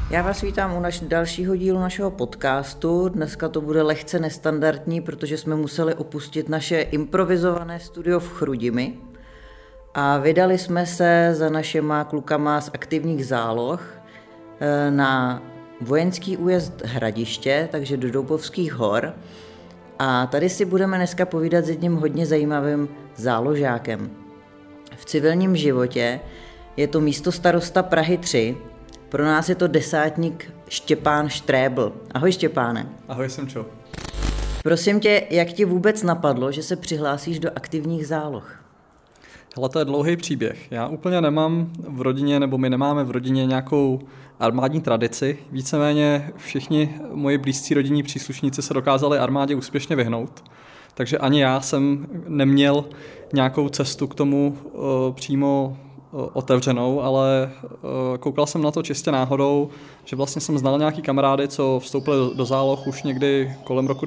Já vás vítám u dalšího dílu našeho podcastu. Dneska to bude lehce nestandardní, protože jsme museli opustit naše improvizované studio v Chrudimi a vydali jsme se za našima klukama z aktivních záloh na vojenský újezd Hradiště, takže do Doubovských hor. A tady si budeme dneska povídat s jedním hodně zajímavým záložákem. V civilním životě je to místostarosta Prahy 3, pro nás je to desátník Štěpán Štrébl. Ahoj Štěpáne. Ahoj Semčo. Prosím tě, jak ti vůbec napadlo, že se přihlásíš do aktivních záloh? Hele, to je dlouhý příběh. Já úplně nemám v rodině, nebo my nemáme v rodině nějakou armádní tradici. Víceméně všichni moji blízcí rodinní příslušníci se dokázali armádě úspěšně vyhnout. Takže ani já jsem neměl nějakou cestu k tomu přímo otevřenou, ale koukal jsem na to čistě náhodou, že vlastně jsem znal nějaký kamarády, co vstoupili do záloh už někdy kolem roku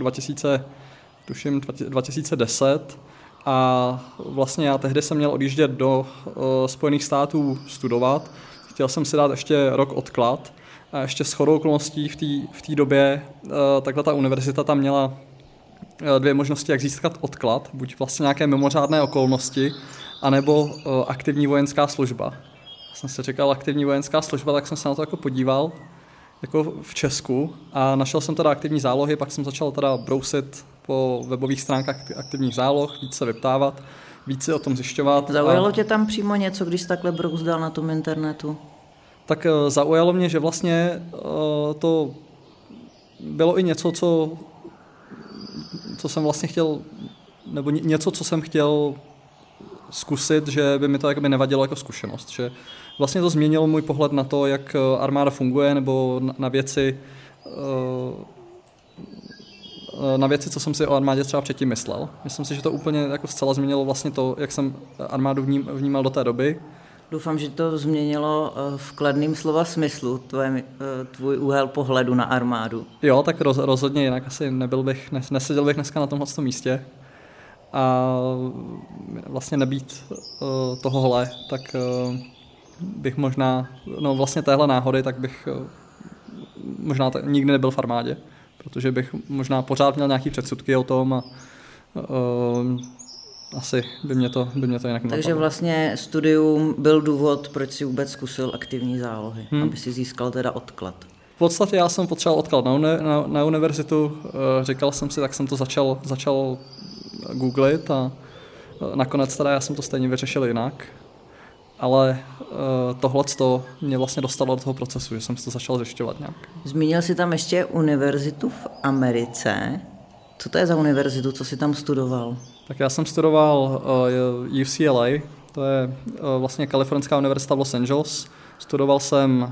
2010 a vlastně já tehdy jsem měl odjíždět do Spojených států studovat. Chtěl jsem si dát ještě rok odklad a ještě shodou okolností v té době takhle ta univerzita tam měla dvě možnosti, jak získat odklad, buď vlastně nějaké mimořádné okolnosti, anebo aktivní vojenská služba. Já jsem si říkal aktivní vojenská služba, tak jsem se na to jako podíval jako v Česku a našel jsem teda aktivní zálohy, pak jsem začal teda brousit po webových stránkách aktivních záloh, víc se vyptávat, víc si o tom zjišťovat. Zaujalo tě tam přímo něco, když jsi takhle brouzdal na tom internetu? Tak zaujalo mě, že vlastně to bylo i něco, co jsem vlastně chtěl, nebo něco, co jsem chtěl zkusit, že by mi to jakoby nevadilo jako zkušenost. Že vlastně to změnilo můj pohled na to, jak armáda funguje, nebo na věci, co jsem si o armádě třeba předtím myslel. Myslím si, že to úplně jako zcela změnilo vlastně to, jak jsem armádu vnímal do té doby. Doufám, že to změnilo v kladném slova smyslu tvůj úhel pohledu na armádu. Jo, tak rozhodně, jinak asi neseděl bych dneska na tomhle místě. A vlastně nebýt tohohle, tak bych možná, vlastně téhle náhody, tak bych možná nikdy nebyl v armádě, protože bych možná pořád měl nějaký předsudky o tom a asi by mě to jinak nenapadlo. Takže vlastně studium byl důvod, proč si vůbec zkusil aktivní zálohy, aby si získal teda odklad. V podstatě já jsem potřeboval odklad na univerzitu, říkal jsem si, tak jsem to začal googlit a nakonec teda já jsem to stejně vyřešil jinak, ale tohleto mě vlastně dostalo do toho procesu, že jsem si to začal zjišťovat nějak. Zmínil jsi tam ještě univerzitu v Americe. Co to je za univerzitu, co jsi tam studoval? Tak já jsem studoval UCLA, to je vlastně Kalifornská univerzita v Los Angeles. Studoval jsem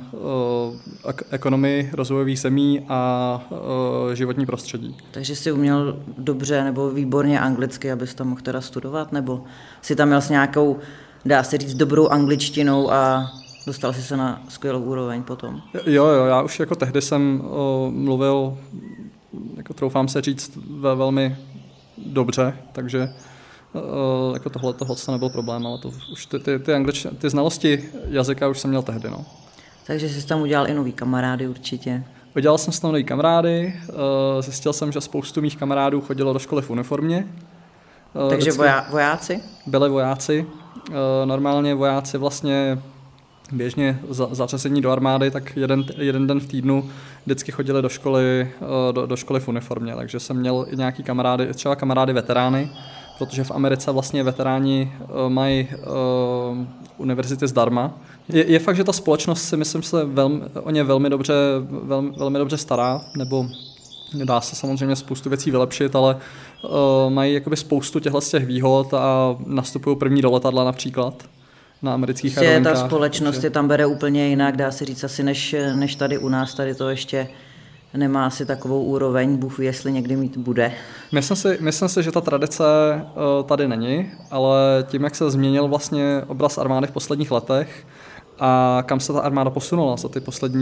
ekonomii rozvojových zemí a životní prostředí. Takže jsi uměl dobře nebo výborně anglicky, abys tam mohl teda studovat? Nebo jsi tam měl s nějakou, dá se říct, dobrou angličtinou a dostal jsi se na skvělou úroveň potom? Jo, já už jako tehdy jsem mluvil, jako troufám se říct, velmi dobře, takže jako tohle nebyl problém, ale to už ty znalosti jazyka už jsem měl tehdy. No. Takže jsi tam udělal i nový kamarády určitě? Udělal jsem si tam nový kamarády, zjistil jsem, že spoustu mých kamarádů chodilo do školy v uniformě. Takže vojáci? Byli vojáci. Normálně vojáci vlastně běžně zařazení do armády, tak jeden den v týdnu vždycky chodili do školy v uniformě, takže jsem měl i nějaký kamarády, třeba kamarády veterány, protože v Americe vlastně veteráni mají univerzity zdarma. Je fakt, že ta společnost si myslím, se o ně velmi dobře stará, nebo dá se samozřejmě spoustu věcí vylepšit, ale mají jakoby spoustu těch výhod a nastupují první do letadla například na amerických aerolinkách. Ta společnost je tam bere úplně jinak, dá se říct asi než tady u nás, tady to ještě nemá asi takovou úroveň, Bůh ví, jestli někdy mít bude. Myslím si, že ta tradice tady není, ale tím, jak se změnil vlastně obraz armády v posledních letech a kam se ta armáda posunula za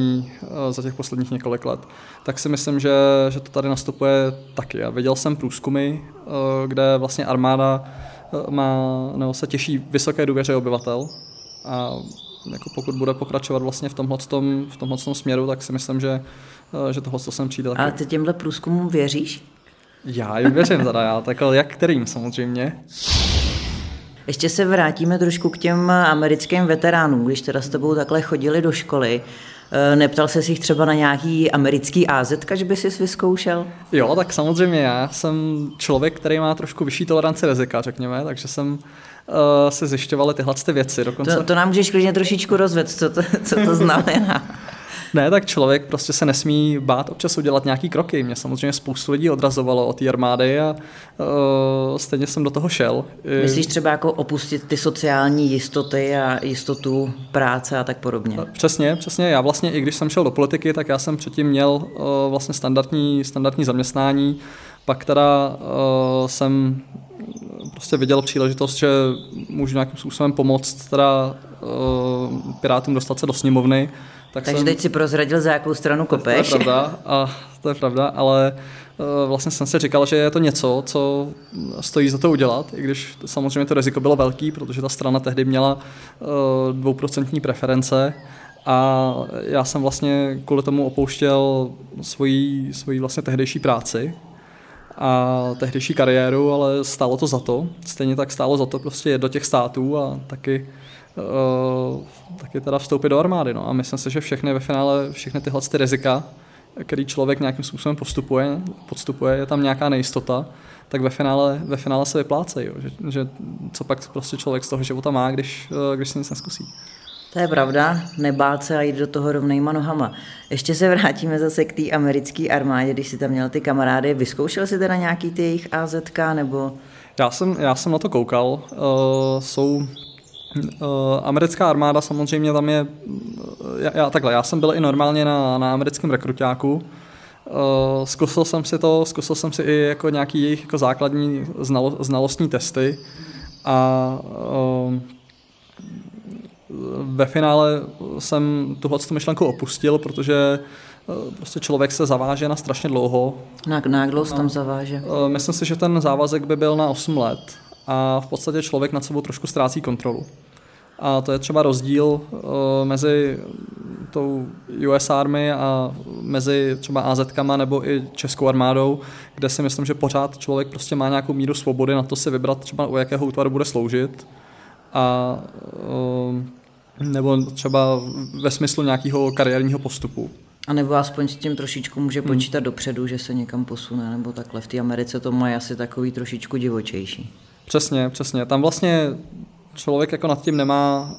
těch posledních několik let, tak si myslím, že to tady nastupuje taky. A viděl jsem průzkumy, kde vlastně armáda se těší vysoké důvěře obyvatel a jako pokud bude pokračovat vlastně v tomhle směru, tak si myslím, že tohle sem přijde taky. A ty těmhle průzkumům věříš? Já jim věřím teda, jak kterým samozřejmě. Ještě se vrátíme trošku k těm americkým veteránům, když teda s tebou takhle chodili do školy. Neptal se jich třeba na nějaký americký AZka, že by jsi vyzkoušel? Jo, tak samozřejmě já jsem člověk, který má trošku vyšší toleranci rizika, řekněme, takže jsem se zjišťoval tyhle věci. Dokonce... To nám můžeš klidně trošičku rozvět, co to znamená. Ne, tak člověk prostě se nesmí bát občas udělat nějaký kroky. Mě samozřejmě spoustu lidí odrazovalo od té armády a stejně jsem do toho šel. Myslíš třeba jako opustit ty sociální jistoty a jistotu práce a tak podobně? Přesně. Já vlastně, i když jsem šel do politiky, tak já jsem předtím měl vlastně standardní zaměstnání, pak teda jsem prostě viděl příležitost, že můžu nějakým způsobem pomoct teda Pirátům dostat se do sněmovny. Takže teď si prozradil, za jakou stranu kopeš. To je pravda, ale vlastně jsem si říkal, že je to něco, co stojí za to udělat, i když samozřejmě to riziko bylo velký, protože ta strana tehdy měla 2% preference a já jsem vlastně kvůli tomu opouštěl svoji vlastně tehdejší práci a tehdejší kariéru, ale stálo to za to. Stejně tak stálo za to prostě jet do těch států a taky teda vstoupit do armády. No. A myslím si, že všechny tyhle rizika, který člověk nějakým způsobem podstupuje, je tam nějaká nejistota, tak ve finále se vyplácejí. Že co pak prostě člověk z toho života má, když si nic neskusí. To je pravda, nebát se a jít do toho rovnejma nohama. Ještě se vrátíme zase k té americké armádě, když jsi tam měl ty kamarády. Vyzkoušel jsi teda nějaký ty jejich AZK, nebo? Já jsem na to koukal. Americká armáda samozřejmě tam je, já jsem byl i normálně na americkém rekruťáku, zkusil jsem si i jako nějaký jejich jako základní znalostní testy a ve finále jsem tuhletu myšlenku opustil, protože prostě člověk se zaváže na strašně dlouho. Na jak dlouho se tam zaváže? Myslím si, že ten závazek by byl na 8 let. A v podstatě člověk nad sebou trošku ztrácí kontrolu. A to je třeba rozdíl mezi tou US Army a mezi třeba AZkama nebo i českou armádou, kde si myslím, že pořád člověk prostě má nějakou míru svobody na to si vybrat třeba u jakého útvaru bude sloužit a nebo třeba ve smyslu nějakého kariérního postupu. A nebo aspoň s tím trošičku může počítat dopředu, že se někam posune, nebo takhle. V té Americe to mají asi takový trošičku divočejší. Přesně. Tam vlastně člověk jako nad tím nemá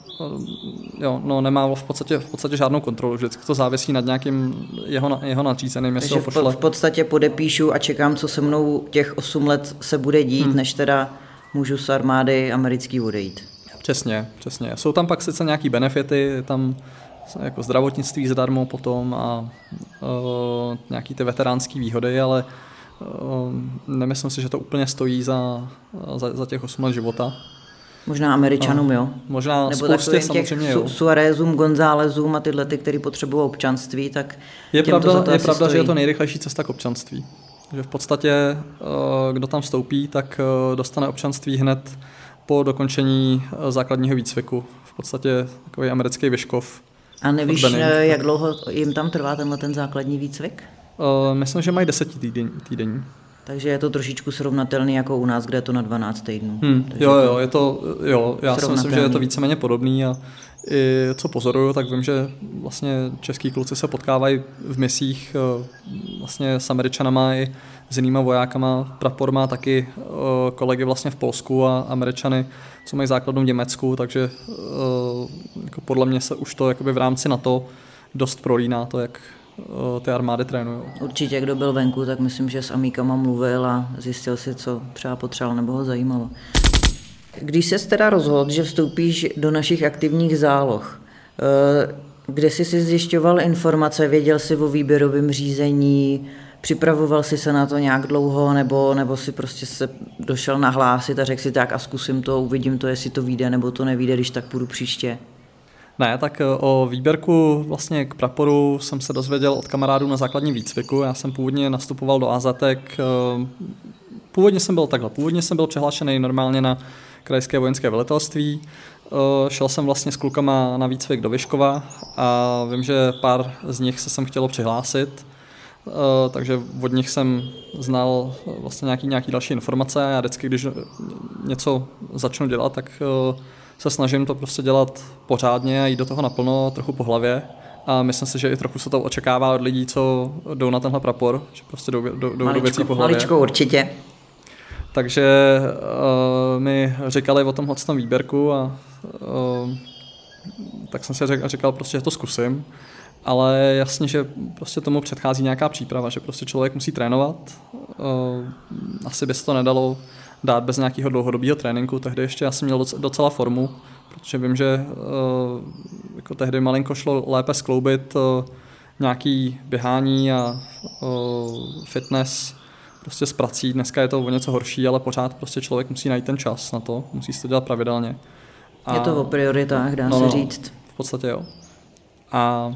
v podstatě žádnou kontrolu. Vždycky to závisí nad nějakým jeho nadřízeným. Takže v podstatě podepíšu a čekám, co se mnou těch 8 let se bude dít, než teda můžu z armády americký odejít. Přesně. Jsou tam pak sice nějaký benefity, tam jako zdravotnictví zadarmo potom a nějaký ty veteránský výhody, ale nemyslím si, že to úplně stojí za těch 8 let života. Možná Američanům, jo. Možná nebo spoustě samozřejmě, jo. Suarezům, Gonzálezům a tyhle, kteří potřebují občanství, tak je pravda, že je to nejrychlejší cesta k občanství. Že v podstatě, kdo tam vstoupí, tak dostane občanství hned po dokončení základního výcviku. V podstatě takový americký Vyškov. A nevíš, jak dlouho jim tam trvá ten základní výcvik? Myslím, že mají 10 týdení. Takže je to trošičku srovnatelný jako u nás, kde je to na 12 týdnů. Já si myslím, že je to víceméně podobný a i co pozoruju, tak vím, že vlastně český kluci se potkávají v misích vlastně s Američanama i s jinýma vojákama. Prapor má taky kolegy vlastně v Polsku a Američany, co mají základnu v Německu, takže jako podle mě se už to jakoby v rámci NATO dost prolíná to, jak ty armády trénují. Určitě, kdo byl venku, tak myslím, že s amíkama mluvil a zjistil si, co třeba potřeboval nebo ho zajímalo. Když ses teda rozhodl, že vstoupíš do našich aktivních záloh, kde jsi si zjišťoval informace, věděl jsi o výběrovém řízení, připravoval jsi se na to nějak dlouho, nebo si prostě se došel nahlásit a řekl si tak a zkusím to, uvidím to, jestli to vyjde nebo to nevyjde, když tak půjdu příště? Ne, tak o výběrku vlastně k praporu jsem se dozvěděl od kamarádů na základním výcviku. Já jsem původně nastupoval do AZek. Původně jsem byl přihlášený normálně na krajské vojenské velitelství. Šel jsem vlastně s klukama na výcvik do Vyškova a vím, že pár z nich se sem chtělo přihlásit, takže od nich jsem znal vlastně nějaký další informace. Já vždycky, když něco začnu dělat, tak se snažím to prostě dělat pořádně a jít do toho naplno, trochu po hlavě. A myslím si, že i trochu se to očekává od lidí, co jdou na tenhle prapor, že prostě jdou do věcí po hlavě. Maličko určitě. Takže mi říkali o tomhle výběrku a tak jsem si říkal prostě, že to zkusím. Ale jasně, že prostě tomu předchází nějaká příprava, že prostě člověk musí trénovat. Asi by se to nedalo dát bez nějakého dlouhodobého tréninku. Tehdy ještě já jsem měl docela formu, protože vím, že jako tehdy malinko šlo lépe skloubit nějaký běhání a fitness prostě s prací. Dneska je to o něco horší, ale pořád prostě člověk musí najít ten čas na to, musí si to dělat pravidelně. A je to o prioritách, dá se říct. V podstatě jo. A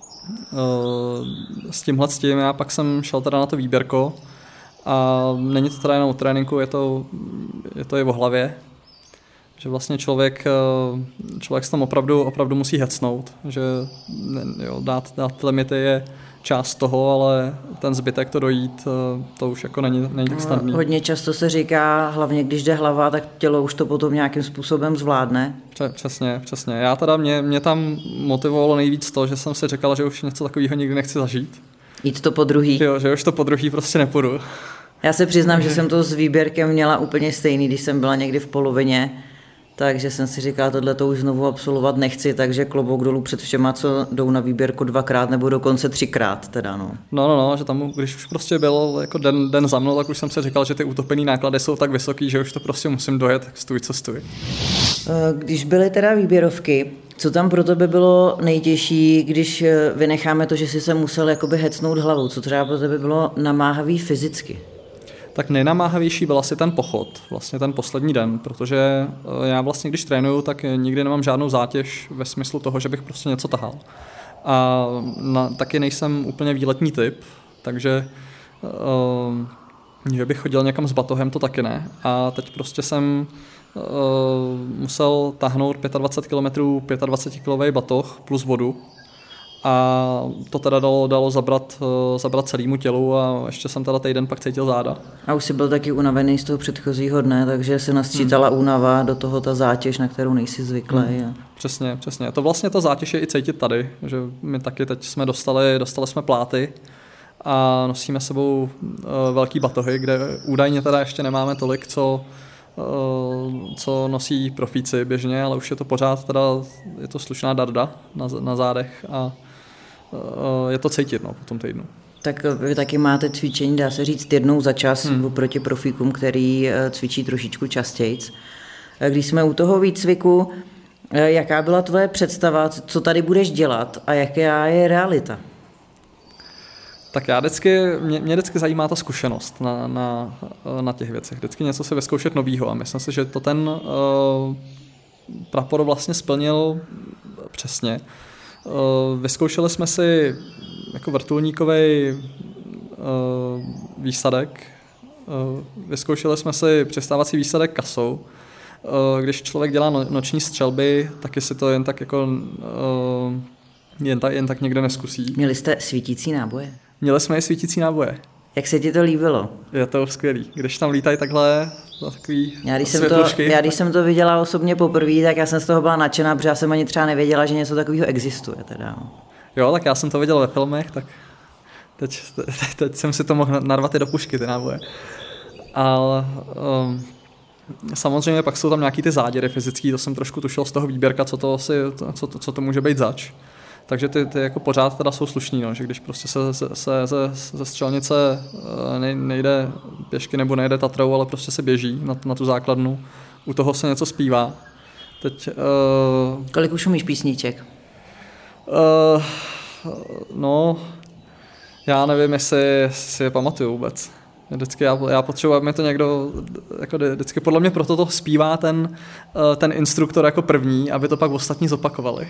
s tím já pak jsem šel teda na to výběrko a není to teda jenom o tréninku, je to i o hlavě, že vlastně člověk se tam opravdu musí hecnout, že jo, dát limity je část toho, ale ten zbytek to dojít, to už jako není tak snadný. Hodně často se říká, hlavně když jde hlava, tak tělo už to potom nějakým způsobem zvládne. Přesně. Já teda mě tam motivovalo nejvíc to, že jsem si říkal, že už něco takového nikdy nechci zažít. Jít to po druhý. Jo, že už to po druhý prostě nepůjdu. Já se přiznám, že jsem to s výběrkem měla úplně stejný, když jsem byla někdy v polovině, takže jsem si říkala, tohle to už znovu absolvovat nechci, takže klobouk dolů před všema, co jdou na výběrku 2x nebo dokonce 3x teda, no. No, že tam, když už prostě byl jako den za mnou, tak už jsem si říkal, že ty utopený náklady jsou tak vysoký, že už to prostě musím dojet, tak stůj, co stůj. Když byly teda výběrovky, co tam pro tebe bylo nejtěžší, když vynecháme to, že jsi se musel jakoby hecnout hlavou, co třeba pro tebe bylo namáhavý fyzicky? Tak nejnamáhavější byl asi ten pochod, vlastně ten poslední den, protože já vlastně, když trénuju, tak nikdy nemám žádnou zátěž ve smyslu toho, že bych prostě něco tahal. A taky nejsem úplně výletní typ, takže že bych chodil někam s batohem, to taky ne. A teď prostě jsem musel tahnout 25 km 25-kilový batoh plus vodu. A to teda dalo zabrat celému tělu a ještě jsem teda týden pak cítil záda. A už jsi byl taky unavený z toho předchozího dne, takže se nasčítala únava, do toho ta zátěž, na kterou nejsi zvyklý. Přesně. To vlastně ta zátěž je i cítit tady, že my taky teď jsme dostali jsme pláty a nosíme sebou velký batohy, kde údajně teda ještě nemáme tolik, co nosí profíci běžně, ale už je to pořád teda, je to slušná darda na zádech a je to cítit po tom týdnu. Tak vy taky máte cvičení, dá se říct, jednou za čas oproti profíkům, který cvičí trošičku častějc. Když jsme u toho výcviku, jaká byla tvoje představa, co tady budeš dělat a jaká je realita? Tak mě vždycky zajímá ta zkušenost na těch věcech. Vždycky něco se vyzkoušet novýho a myslím si, že to ten prapor vlastně splnil přesně. Vyzkoušeli jsme si jako vrtulníkový výsadek, vyzkoušeli jsme si přistávací výsadek kasou. Když člověk dělá noční střelby, taky si to jen tak jako jen tak někde neskusí. Měli jste svítící náboje? Měli jsme i svítící náboje. Jak se ti to líbilo? Je to skvělý. Když tam lítají takhle takový světlušky. Když jsem to viděla osobně poprvé, tak já jsem z toho byla nadšená, protože já jsem ani třeba nevěděla, že něco takového existuje. Teda. Jo, tak já jsem to viděl ve filmech, tak teď jsem si to mohl narvat i do pušky, ty náboje. Ale samozřejmě pak jsou tam nějaký ty záděry fyzický, to jsem trošku tušil z toho výběrka, co to může být zač. Takže ty jako pořád teda jsou slušný, že když prostě se ze střelnice nejde pěšky nebo nejde Tatrou, ale prostě se běží na tu základnu, u toho se něco zpívá. Teď, kolik už umíš písniček? Já nevím, jestli si je pamatuju vůbec. Vždycky já potřebuji, aby mi to někdo, jako vždycky podle mě proto to zpívá ten instruktor jako první, aby to pak ostatní zopakovali.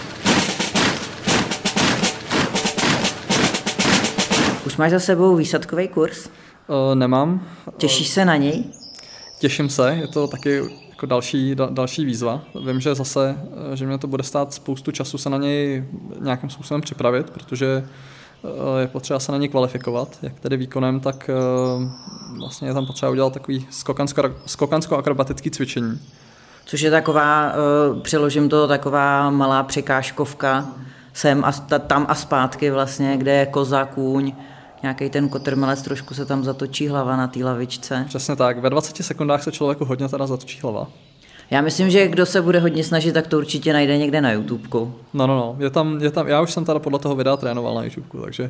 Už máš za sebou výsadkový kurz? Nemám. Těšíš se na něj? Těším se, je to taky jako další výzva. Vím, že zase, že mě to bude stát spoustu času se na něj nějakým způsobem připravit, protože je potřeba se na něj kvalifikovat, jak tedy výkonem, tak vlastně je tam potřeba udělat takový skokansko-akrobatický cvičení. Což je taková, přeložím to, taková malá překážkovka, sem a tam a zpátky vlastně, kde je koza, kůň, nějaký ten kotrmelec, trošku se tam zatočí hlava na té lavičce. Přesně tak, ve 20 sekundách se člověku hodně teda zatočí hlava. Já myslím, že kdo se bude hodně snažit, tak to určitě najde někde na YouTubeku. No, je tam, já už jsem teda podle toho videa trénoval na YouTubeku, takže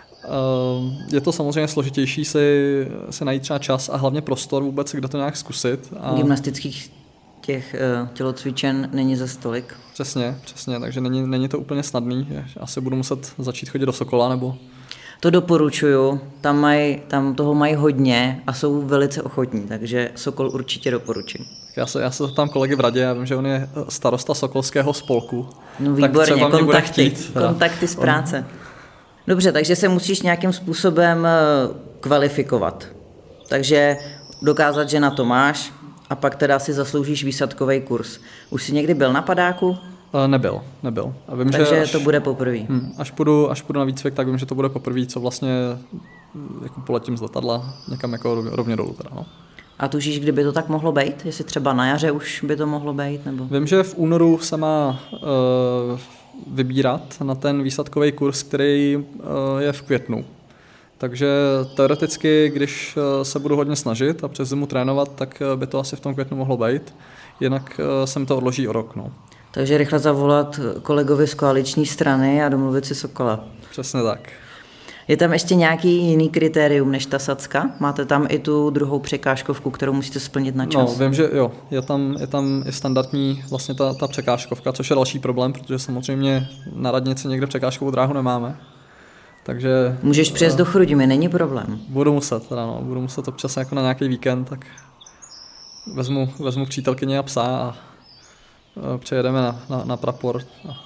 je to samozřejmě složitější si najít třeba čas a hlavně prostor vůbec, kde to nějak zkusit. Gymnastických těch tělocvičen není za stolik. Přesně, takže není to úplně snadný. Asi budu muset začít chodit do Sokola, nebo... To doporučuju, tam toho mají hodně a jsou velice ochotní, takže Sokol určitě doporučím. Já se zeptám kolegy v radě, já vím, že on je starosta Sokolského spolku. No výborně, kontakty z práce. Dobře, takže se musíš nějakým způsobem kvalifikovat. Takže dokázat, že na to máš a pak teda si zasloužíš výsadkový kurz. Už jsi někdy byl na padáku? Nebyl. A vím, takže to bude poprvé. Až půjdu na výcvik, tak vím, že to bude poprvé, co vlastně jako poletím z letadla někam jako rovně dolů. Teda, no. A tušíš, kdyby to tak mohlo být? Jestli třeba na jaře už by to mohlo být? Nebo? Vím, že v únoru se má vybírat na ten výsadkový kurz, který je v květnu. Takže teoreticky, když se budu hodně snažit a přes zimu trénovat, tak by to asi v tom květnu mohlo být. Jinak jsem to odloží o rok. No. Takže rychle zavolat kolegovi z koaliční strany a domluvit si Sokola. Přesně tak. Je tam ještě nějaký jiný kritérium než ta sacka? Máte tam i tu druhou překážkovku, kterou musíte splnit na čas? No, vím, že jo. Je tam i standardní vlastně ta překážkovka, což je další problém, protože samozřejmě na radnici někde překážkovou dráhu nemáme. Takže... Můžeš přijet do Chrudimi, není problém. Budu muset občas jako na nějaký víkend, tak vezmu přítelkyně a psa a přejedeme na prapor.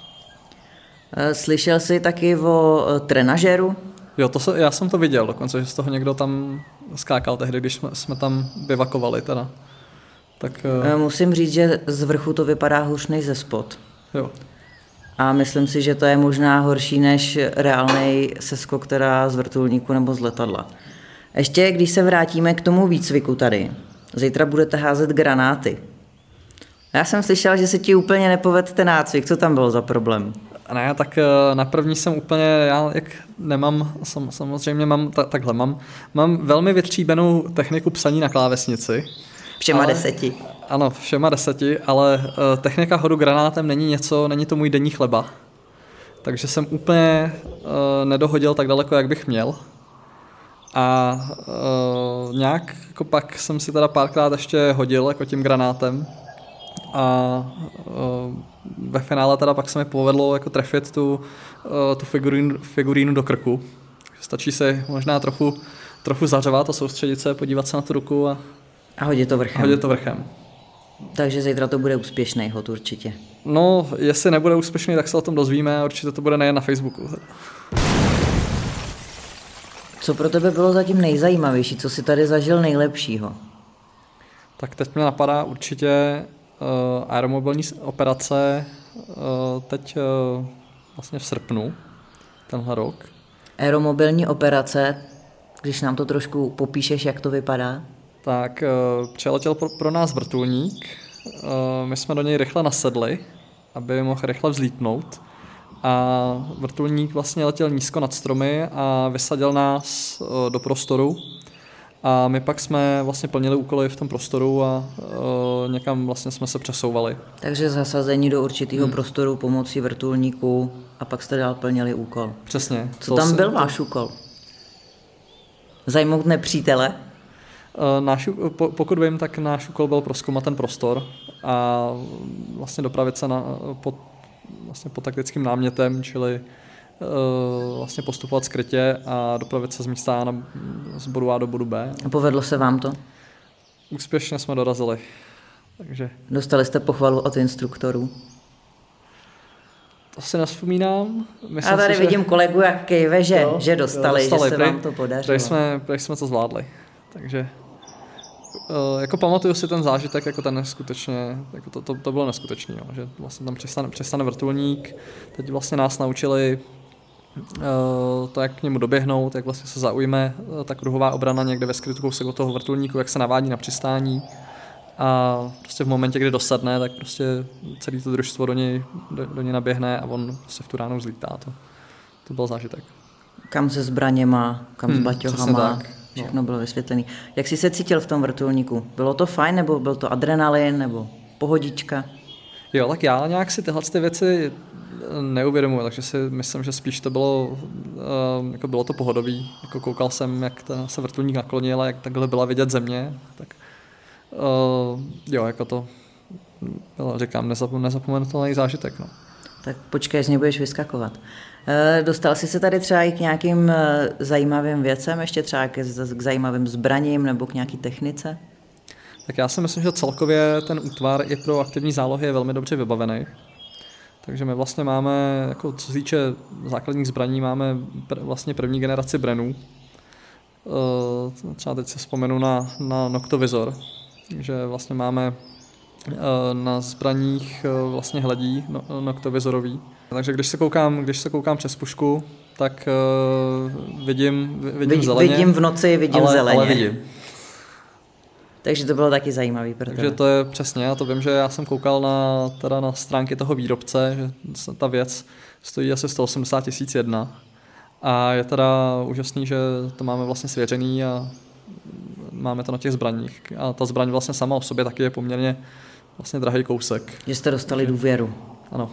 Slyšel jsi taky o trenažéru? Jo, já jsem to viděl dokonce, že z toho někdo tam skákal tehdy, když jsme tam bivakovali teda. Tak, musím říct, že z vrchu to vypadá hůř než ze spod. Jo. A myslím si, že to je možná horší než reálný seskok teda z vrtulníku nebo z letadla. Ještě když se vrátíme k tomu výcviku tady, zítra budete házet granáty. Já jsem slyšel, že se ti úplně nepovedl ten nácvik. Co tam bylo za problém? Ne, tak na první jsem úplně, já jak nemám, samozřejmě mám velmi vytříbenou techniku psaní na klávesnici. Všema 10. Ano, všema 10, ale technika hodu granátem není to můj denní chleba. Takže jsem úplně nedohodil tak daleko, jak bych měl. A nějak jako pak jsem si teda párkrát ještě hodil jako tím granátem. A ve finále teda pak se mi povedlo jako trefit tu figurínu do krku. Stačí se možná trochu zařvat a soustředit se, podívat se na tu ruku a hodit to vrchem. Takže zítra to bude úspěšný hod určitě. No, jestli nebude úspěšný, tak se o tom dozvíme a určitě to bude nejen na Facebooku. Co pro tebe bylo zatím nejzajímavější? Co jsi tady zažil nejlepšího? Tak teď mě napadá určitě aeromobilní operace teď vlastně v srpnu, tenhle rok. Aeromobilní operace, když nám to trošku popíšeš, jak to vypadá? Tak přiletěl pro nás vrtulník, my jsme do něj rychle nasedli, aby mohl rychle vzlítnout a vrtulník vlastně letěl nízko nad stromy a vysadil nás do prostoru. A my pak jsme vlastně plnili úkoly v tom prostoru a někam vlastně jsme se přesouvali. Takže zasazení do určitého prostoru pomocí vrtulníku a pak jste dál plnili úkol. Přesně. Co tam byl váš úkol? Zajmout nepřítele? Pokud vím, tak náš úkol byl prozkoumat ten prostor a vlastně dopravit se pod taktickým námětem, čili vlastně postupovat skrytě a dopravit se z místa z bodu A do bodu B. A povedlo se vám to? Úspěšně jsme dorazili. Takže... Dostali jste pochvalu od instruktorů? To si nevzpomínám. A tady vidím kolegu, jak kejve, že dostali, že se vám to podařilo. Prej jsme to zvládli. Takže jako pamatuju si ten zážitek, jako ten neskutečně, jako to bylo neskutečný, jo, že vlastně tam přistane vrtulník, teď vlastně nás naučili to, jak k němu doběhnout, jak vlastně se zaujme ta kruhová obrana někde ve skrytu kousek od toho vrtulníku, jak se navádí na přistání a prostě v momentě, kdy dosadne, tak prostě celé to družstvo do něj naběhne a on se v tu ránu zlítá. To byl zážitek. Kam se zbraněma, kam s baťohama, všechno bylo vysvětlené. Jak jsi se cítil v tom vrtulníku? Bylo to fajn, nebo byl to adrenalin, nebo pohodička? Jo, tak já nějak si tyhle věci neuvědomuji, takže si myslím, že spíš to bylo, jako bylo to pohodový. Jako koukal jsem, jak se vrtulník naklonil a jak takhle byla vidět země. Tak, jo, jako to bylo, říkám, nezapomenutelný zážitek. No. Tak počkej, z něj budeš vyskakovat. Dostal jsi se tady třeba i k nějakým zajímavým věcem, ještě třeba k zajímavým zbraním nebo k nějaký technice? Tak já si myslím, že celkově ten útvar i pro aktivní zálohy je velmi dobře vybavený. Takže my vlastně máme, jako co se týče základních zbraní, máme vlastně první generaci Brennů. Třeba teď se vzpomenu na Noctovizor, že vlastně máme na zbraních vlastně hledí noktovizorový. Takže když se koukám přes pušku, tak vidím zeleně. Vidím v noci, vidím zeleně. Ale vidím. Takže to bylo taky zajímavý pro tebe. Takže to je přesně, a to vím, že já jsem koukal na stránky toho výrobce, že ta věc stojí asi 180 001 a je teda úžasný, že to máme vlastně svěřený a máme to na těch zbraních. A ta zbraň vlastně sama o sobě taky je poměrně vlastně drahý kousek. Že jste dostali důvěru. Ano.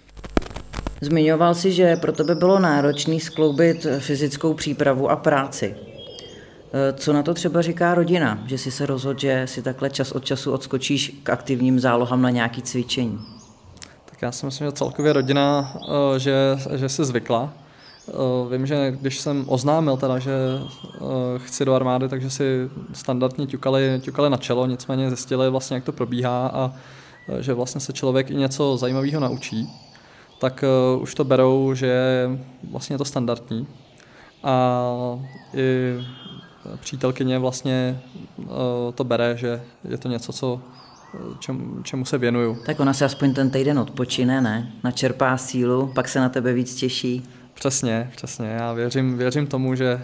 Zmiňoval jsi, že pro tebe bylo náročné skloubit fyzickou přípravu a práci. Co na to třeba říká rodina, že jsi se rozhodl, že si takhle čas od času odskočíš k aktivním zálohám na nějaké cvičení? Tak já si myslím, že celkově rodina, že se zvykla. Vím, že když jsem oznámil teda, že chci do armády, takže si standardně ťukali na čelo, nicméně zjistili vlastně, jak to probíhá a že vlastně se člověk i něco zajímavého naučí, tak už to berou, že vlastně je to standardní. A i přítelkyně vlastně to bere, že je to něco, čemu se věnuju. Tak ona se aspoň ten týden odpočine, ne? Načerpá sílu, pak se na tebe víc těší. Přesně. Já věřím tomu, že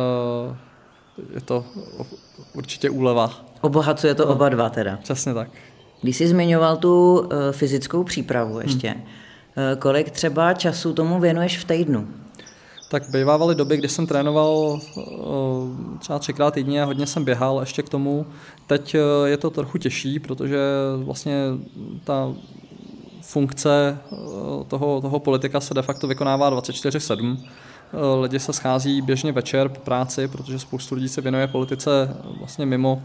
je to určitě úleva. Obohacuje to oba dva teda. Přesně tak. Když jsi zmiňoval tu fyzickou přípravu ještě, kolik třeba času tomu věnuješ v týdnu? Tak bývávaly doby, kdy jsem trénoval třeba 3x týdně a hodně jsem běhal ještě k tomu. Teď je to trochu těžší, protože vlastně ta funkce toho politika se de facto vykonává 24/7. Lidi se schází běžně večer po práci, protože spoustu lidí se věnuje politice vlastně mimo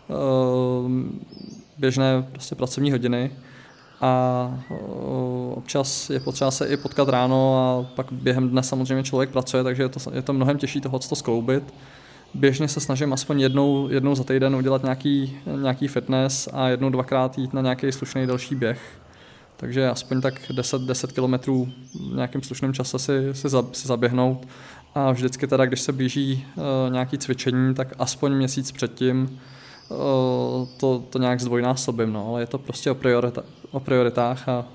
běžné prostě pracovní hodiny. A občas je potřeba se i potkat ráno a pak během dne samozřejmě člověk pracuje, takže je to mnohem těžší to skloubit. Běžně se snažím aspoň jednou za týden udělat nějaký fitness a 1-2krát jít na nějaký slušný delší běh. Takže aspoň tak 10 kilometrů v nějakém slušném čase si zaběhnout. A vždycky teda, když se blíží nějaké cvičení, tak aspoň měsíc předtím to nějak zdvojnásobím, no, ale je to prostě o prioritách a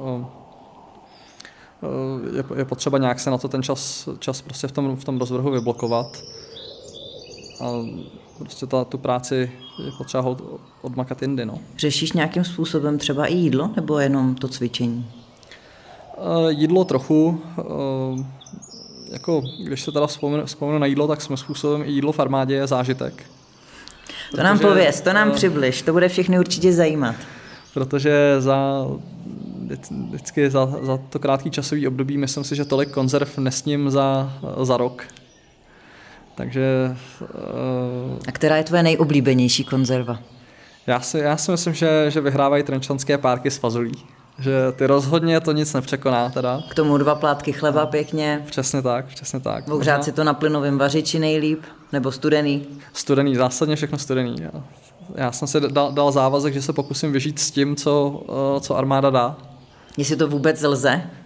je potřeba nějak se na to ten čas prostě v tom rozvrhu vyblokovat a prostě tu práci je potřeba odmakat jindy, no. Řešíš nějakým způsobem třeba i jídlo, nebo jenom to cvičení? Jídlo trochu, jako když se teda vzpomenu na jídlo, tak svým způsobem i jídlo v armádě je zážitek. To nám pověz, to nám přibliž, to bude všechny určitě zajímat. Protože vždycky za to krátký časový období myslím si, že tolik konzerv nesním za rok. Takže... A která je tvoje nejoblíbenější konzerva? Já si myslím, že vyhrávají trenčanské párky s fazolí. Že ty rozhodně to nic nepřekoná teda. K tomu 2 plátky chleba pěkně. Přesně tak. Ohřát si to na plynovém vařiči nejlíp, nebo studený? Studený, zásadně všechno studený. Já jsem si dal závazek, že se pokusím vyžít s tím, co armáda dá. Jestli to vůbec lze?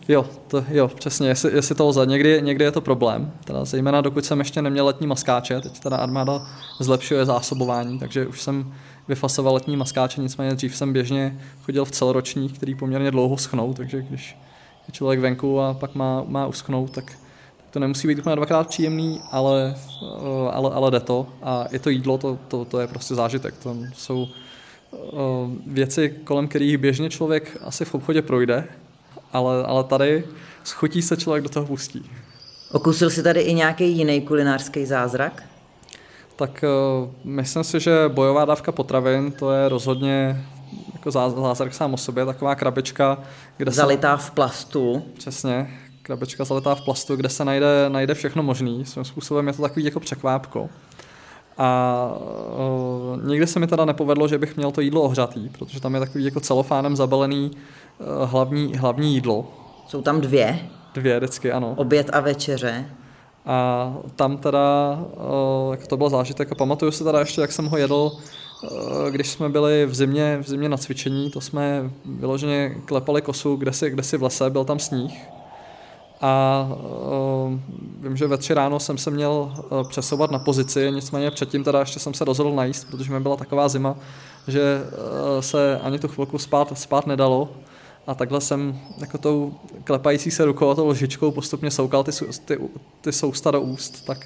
Jo, přesně, jestli to lze. Někdy je to problém, teda zejména dokud jsem ještě neměl letní maskáče, teď teda armáda zlepšuje zásobování, takže už jsem vyfasoval letní maskáče, nicméně dřív jsem běžně chodil v celoročních, který poměrně dlouho schnou, takže když je člověk venku a pak má uschnout, tak to nemusí být úplně dvakrát příjemný, ale jde to. A i to jídlo, to je prostě zážitek. To jsou věci, kolem kterých běžně člověk asi v obchodě projde, ale tady s chutí se člověk do toho pustí. Okusil jsi tady i nějaký jiný kulinářský zázrak? Tak myslím si, že bojová dávka potravin, to je rozhodně jako zázrak sám o sobě, taková krabička, kde zalitá v plastu. Přesně, krabička zalitá v plastu, kde se najde všechno možný. Svým způsobem je to takový jako překvápko. A nikdy se mi teda nepovedlo, že bych měl to jídlo ohřatý, protože tam je takový jako celofánem zabalený hlavní jídlo. Jsou tam dvě? Dvě vždycky, ano. Oběd a večeře. A tam teda, jak to byl zážitek, a pamatuju se teda ještě, jak jsem ho jedl, když jsme byli v zimě na cvičení, to jsme vyloženě klepali kosu, kde si v lese, byl tam sníh. A vím, že ve 3 ráno jsem se měl přesouvat na pozici, nicméně předtím teda ještě jsem se rozhodl najíst, protože mi byla taková zima, že se ani tu chvilku spát nedalo. A takhle jsem jako tou klepající se rukou a tou lžičkou postupně soukal ty sousta do úst. Tak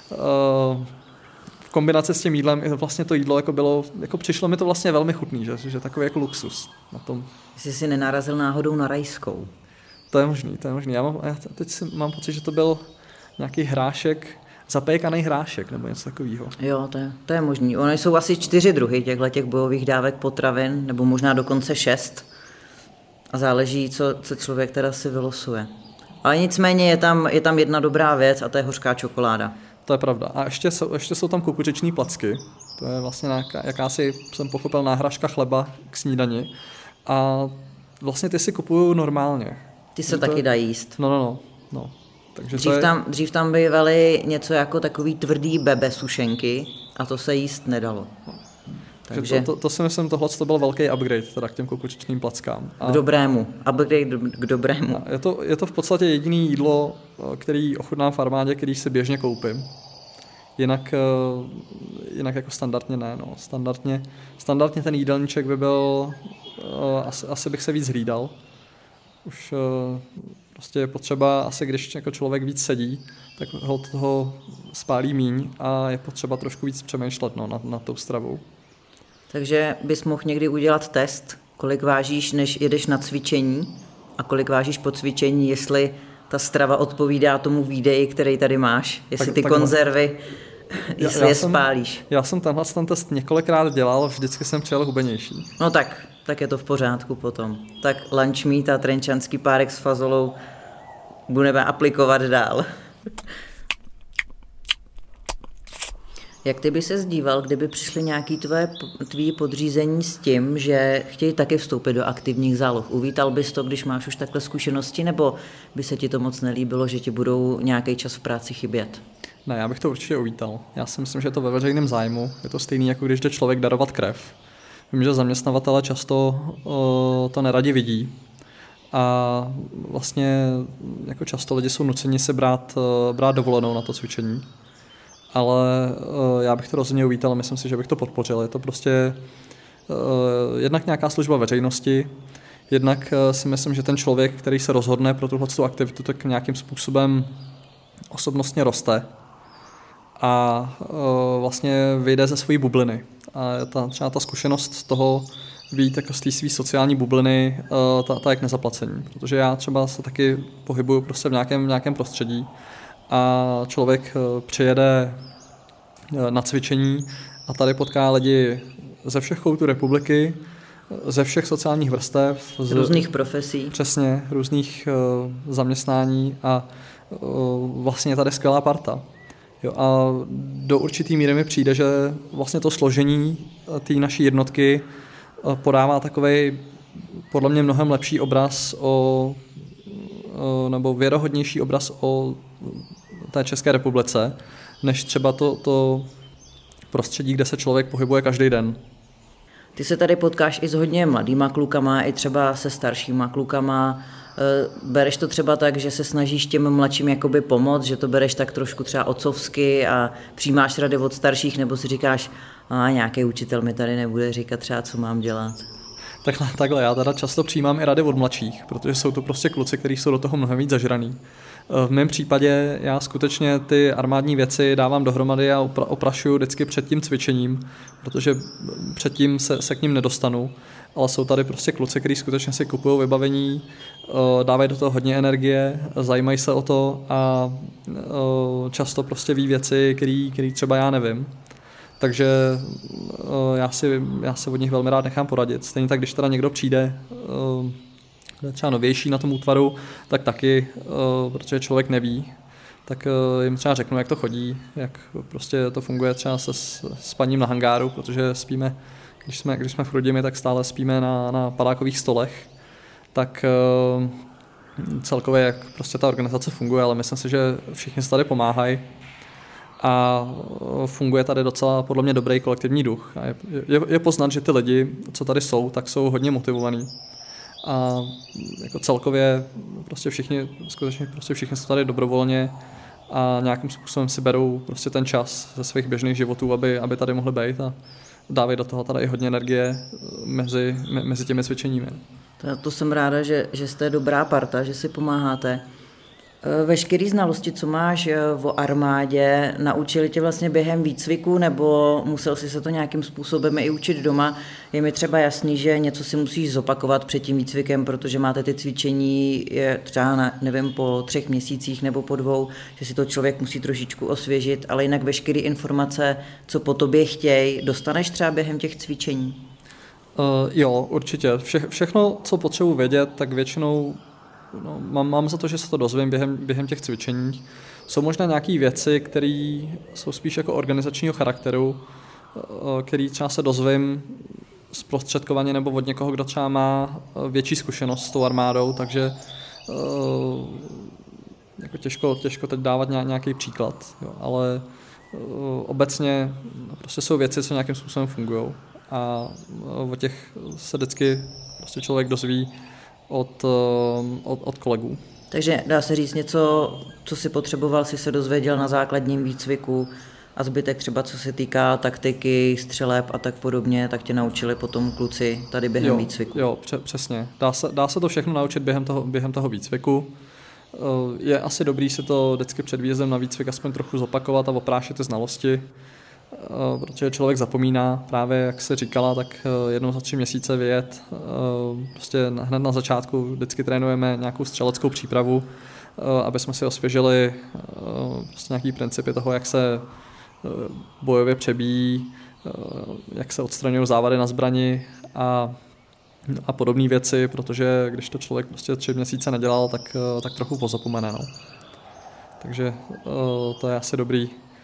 v kombinaci s tím jídlem vlastně to jídlo jako bylo, jako přišlo mi to vlastně velmi chutný, že takový jako luxus na tom. Jsi si nenarazil náhodou na rajskou? To je možný. Já teď mám pocit, že to byl nějaký hrášek, zapékaný hrášek nebo něco takového. Jo, to je možný. Ono jsou asi 4 druhy těch bojových dávek potravin, nebo možná dokonce 6. A záleží, co člověk teda si vylosuje. Ale nicméně je tam jedna dobrá věc a to je hořká čokoláda. To je pravda. A ještě jsou tam kukuřiční placky. To je vlastně jakási, jsem pochopil, náhražka chleba k snídani. A vlastně ty si kupuju normálně. Ty se taky dají jíst. No. Takže dřív tam bývaly něco jako takový tvrdý bebe sušenky a to se jíst nedalo. Takže to si myslím, tohle to byl velký upgrade teda k těm kukuřičným plackám. K dobrému. Upgrade k dobrému. Je to v podstatě jediný jídlo, který ochutnám v armádě, který si běžně koupím. Jinak jako standardně ne. No. Standardně ten jídelníček by byl, asi bych se víc hlídal. Už prostě je potřeba, asi když jako člověk víc sedí, tak ho toho spálí míň a je potřeba trošku víc přemýšlet nad tou stravou. Takže bys mohl někdy udělat test, kolik vážíš, než jedeš na cvičení a kolik vážíš po cvičení, jestli ta strava odpovídá tomu výdeji, který tady máš, jestli ty konzervy, jestli je spálíš. Já jsem ten test několikrát dělal, vždycky jsem přijel hubenější. No tak je to v pořádku potom. Tak lunch meat a trenčanský párek s fazolou budeme aplikovat dál. Jak ty by se zdíval, kdyby přišli nějaký tví podřízení s tím, že chtějí taky vstoupit do aktivních záloh? Uvítal bys to, když máš už takhle zkušenosti, nebo by se ti to moc nelíbilo, že ti budou nějaký čas v práci chybět? Ne, já bych to určitě uvítal. Já si myslím, že je to ve veřejném zájmu. Je to stejný, jako když jde člověk darovat krev. Vím, že zaměstnavatele často to neradi vidí. A vlastně jako často lidi jsou nuceni si brát dovolenou na to cvičení. Ale já bych to rozhodně uvítal a myslím si, že bych to podpořil. Je to prostě jednak nějaká služba veřejnosti, jednak si myslím, že ten člověk, který se rozhodne pro tuhletu aktivitu, tak nějakým způsobem osobnostně roste a vlastně vyjde ze své bubliny. A třeba ta zkušenost z toho vyjít jako z té své sociální bubliny, ta je k nezaplacení. Protože já třeba se taky pohybuju prostě v nějakém prostředí, a člověk přijede na cvičení a tady potká lidi ze všech koutů republiky, ze všech sociálních vrstev. Z různých profesí. Přesně, různých zaměstnání a vlastně je tady skvělá parta. Jo, a do určitý míry mi přijde, že vlastně to složení té naší jednotky podává takovej podle mě mnohem lepší obraz nebo věrohodnější obraz o té České republice, než třeba to prostředí, kde se člověk pohybuje každý den. Ty se tady potkáš i s hodně mladýma klukama, i třeba se staršíma klukama. Bereš to třeba tak, že se snažíš těm mladším jakoby pomoct, že to bereš tak trošku třeba otcovsky a přijímáš rady od starších, nebo si říkáš, nějaký učitel mi tady nebude říkat třeba, co mám dělat? Takhle, já teda často přijímám i rady od mladších, protože jsou to prostě kluci, kteří jsou do toho mnohem víc zažraný. V mém případě já skutečně ty armádní věci dávám dohromady a oprašuju vždycky před tím cvičením, protože předtím se k ním nedostanu, ale jsou tady prostě kluci, kteří skutečně si kupují vybavení, dávají do toho hodně energie, zajímají se o to a často prostě ví věci, které třeba já nevím. Takže já si od nich velmi rád nechám poradit. Stejně tak, když teda někdo přijde třeba novější na tom útvaru, tak taky, protože člověk neví, tak jim třeba řeknu, jak to chodí, jak prostě to funguje třeba se spaním na hangáru, protože spíme, když jsme v Chrudimi, tak stále spíme na padákových stolech, tak celkově jak prostě ta organizace funguje, ale myslím si, že všichni se tady pomáhají a funguje tady docela podle mě dobrý kolektivní duch. A je poznat, že ty lidi, co tady jsou, tak jsou hodně motivovaní. A jako celkově prostě všichni jsou tady dobrovolně a nějakým způsobem si berou prostě ten čas ze svých běžných životů, aby tady mohli být a dávají do toho tady i hodně energie mezi těmi cvičeními. To jsem ráda, že jste dobrá parta, že si pomáháte. Veškerý znalosti, co máš o armádě, naučili tě vlastně během výcviku, nebo musel si se to nějakým způsobem i učit doma? Je mi třeba jasný, že něco si musíš zopakovat před tím výcvikem, protože máte ty cvičení třeba, nevím, po 3 měsících nebo po 2, že si to člověk musí trošičku osvěžit, ale jinak veškeré informace, co po tobě chtějí, dostaneš třeba během těch cvičení? Jo, určitě. Všechno, co potřebuji vědět, tak většinou mám za to, že se to dozvím během těch cvičení. Jsou možná nějaké věci, které jsou spíš jako organizačního charakteru, který třeba se dozvím zprostředkovaně nebo od někoho, kdo třeba má větší zkušenost s tou armádou, takže jako těžko teď dávat nějaký příklad, jo, ale obecně prostě jsou věci, co nějakým způsobem fungují a o těch se vždycky prostě člověk dozví od kolegů. Takže dá se říct něco, co si potřeboval, si se dozvěděl na základním výcviku a zbytek třeba co se týká taktiky, střeleb a tak podobně, tak tě naučili potom kluci tady během výcviku. Jo, přesně. Dá se to všechno naučit během toho výcviku. Je asi dobrý si to vždycky před výjezdem na výcvik aspoň trochu zopakovat a oprášit ty znalosti, protože člověk zapomíná, právě jak se říkala, tak jednou za 3 měsíce vyjet. Prostě hned na začátku vždycky trénujeme nějakou střeleckou přípravu, aby jsme si osvěžili prostě nějaký principy toho, jak se bojově přebíjí, jak se odstraňují závady na zbrani a podobné věci, protože když to člověk prostě 3 měsíce nedělal, tak trochu pozapomene. No. Takže to je asi dobrý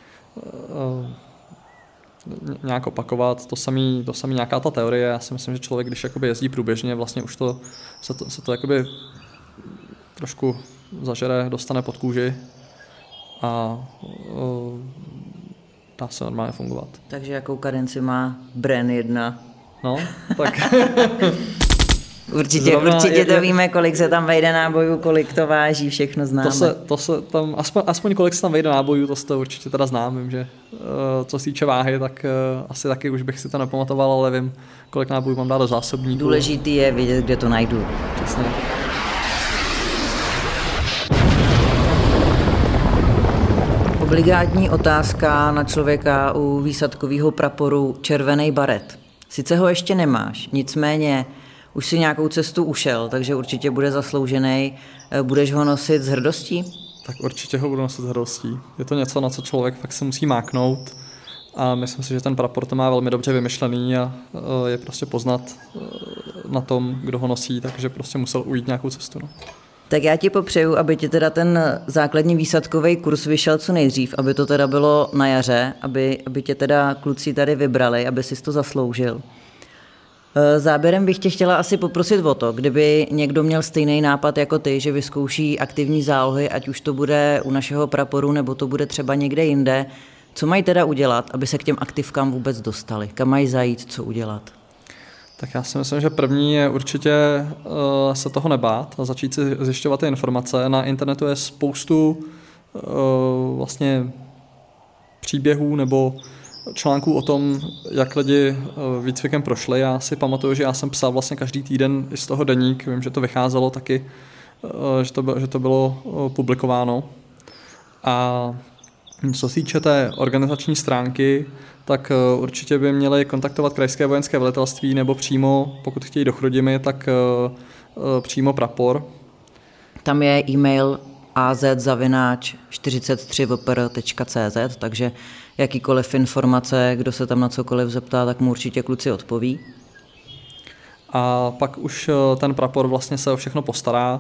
nějak opakovat, to samý nějaká ta teorie. Já si myslím, že člověk, když jakoby jezdí průběžně, vlastně už se to jakoby trošku zažere, dostane pod kůži a dá se normálně fungovat. Takže jakou kadenci má Bren 1? No, tak... Určitě to víme, kolik se tam vejde nábojů, kolik to váží, všechno známe. To se tam, aspoň kolik se tam vejde nábojů, to se to určitě teda znám, vím, že co se týče váhy, tak asi taky už bych si to nepamatoval, ale vím, kolik nábojů mám dát do zásobníku. Důležitý je vědět, kde to najdu. Přesně. Obligátní otázka na člověka u výsadkového praporu červený baret. Sice ho ještě nemáš, nicméně už si nějakou cestu ušel, takže určitě bude zasloužený. Budeš ho nosit s hrdostí? Tak určitě ho budu nosit s hrdostí. Je to něco, na co člověk fakt se musí máknout a myslím si, že ten prapor to má velmi dobře vymyšlený a je prostě poznat na tom, kdo ho nosí, takže prostě musel ujít nějakou cestu. No. Tak já ti popřeju, aby ti teda ten základní výsadkový kurz vyšel co nejdřív, aby to teda bylo na jaře, aby tě teda kluci tady vybrali, aby jsi to zasloužil. Záběrem bych tě chtěla asi poprosit o to, kdyby někdo měl stejný nápad jako ty, že vyzkouší aktivní zálohy, ať už to bude u našeho praporu, nebo to bude třeba někde jinde, co mají teda udělat, aby se k těm aktivkám vůbec dostali? Kam mají zajít, co udělat? Tak já si myslím, že první je určitě se toho nebát a začít si zjišťovat ty informace. Na internetu je spoustu vlastně příběhů nebo článků o tom, jak lidi výcvikem prošli. Já si pamatuju, že já jsem psal vlastně každý týden i z toho deník. Vím, že to vycházelo taky, že to bylo publikováno. A co se týče té organizační stránky, tak určitě by měli kontaktovat krajské vojenské velitelství nebo přímo, pokud chtějí do Chrudimi, tak přímo Prapor. Tam je e-mail az@43vpr.cz, takže jakýkoliv informace, kdo se tam na cokoliv zeptá, tak mu určitě kluci odpoví. A pak už ten Prapor vlastně se o všechno postará,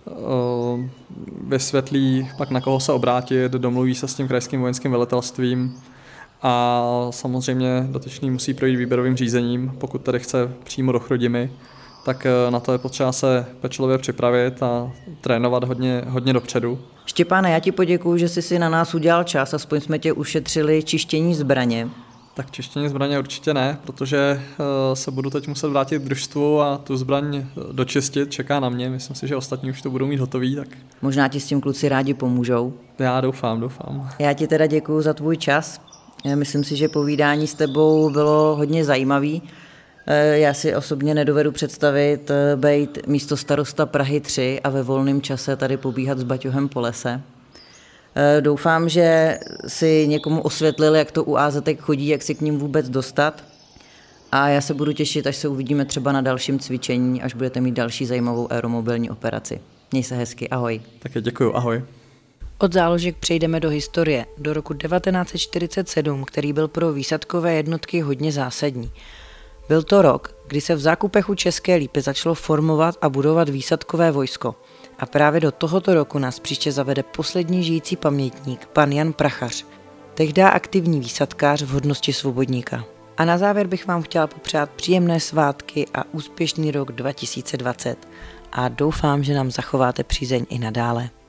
vysvětlí pak, na koho se obrátit, domluví se s tím krajským vojenským velitelstvím a samozřejmě dotyčný musí projít výběrovým řízením, pokud tedy chce přímo do Chrudimi, tak na to je potřeba se pečlivě připravit a trénovat hodně dopředu. Štěpáne, já ti poděkuju, že jsi si na nás udělal čas, aspoň jsme tě ušetřili čištění zbraně. Tak čištění zbraně určitě ne, protože se budu teď muset vrátit k družstvu a tu zbraň dočistit, čeká na mě, myslím si, že ostatní už to budou mít hotový. Tak... Možná ti s tím kluci rádi pomůžou. Já doufám. Já ti teda děkuju za tvůj čas, myslím si, že povídání s tebou bylo hodně zajímavý. Já si osobně nedovedu představit být místostarosta Prahy 3 a ve volném čase tady pobíhat s baťohem po lese. Doufám, že si někomu osvětlil, jak to u AZek chodí, jak si k ním vůbec dostat. A já se budu těšit, až se uvidíme třeba na dalším cvičení, až budete mít další zajímavou aeromobilní operaci. Měj se hezky, ahoj. Také děkuju, ahoj. Od záložek přejdeme do historie, do roku 1947, který byl pro výsadkové jednotky hodně zásadní. Byl to rok, kdy se v zákupech u České Lípy začalo formovat a budovat výsadkové vojsko. A právě do tohoto roku nás příště zavede poslední žijící pamětník, pan Jan Prachař, tehdy aktivní výsadkář v hodnosti svobodníka. A na závěr bych vám chtěla popřát příjemné svátky a úspěšný rok 2020. A doufám, že nám zachováte přízeň i nadále.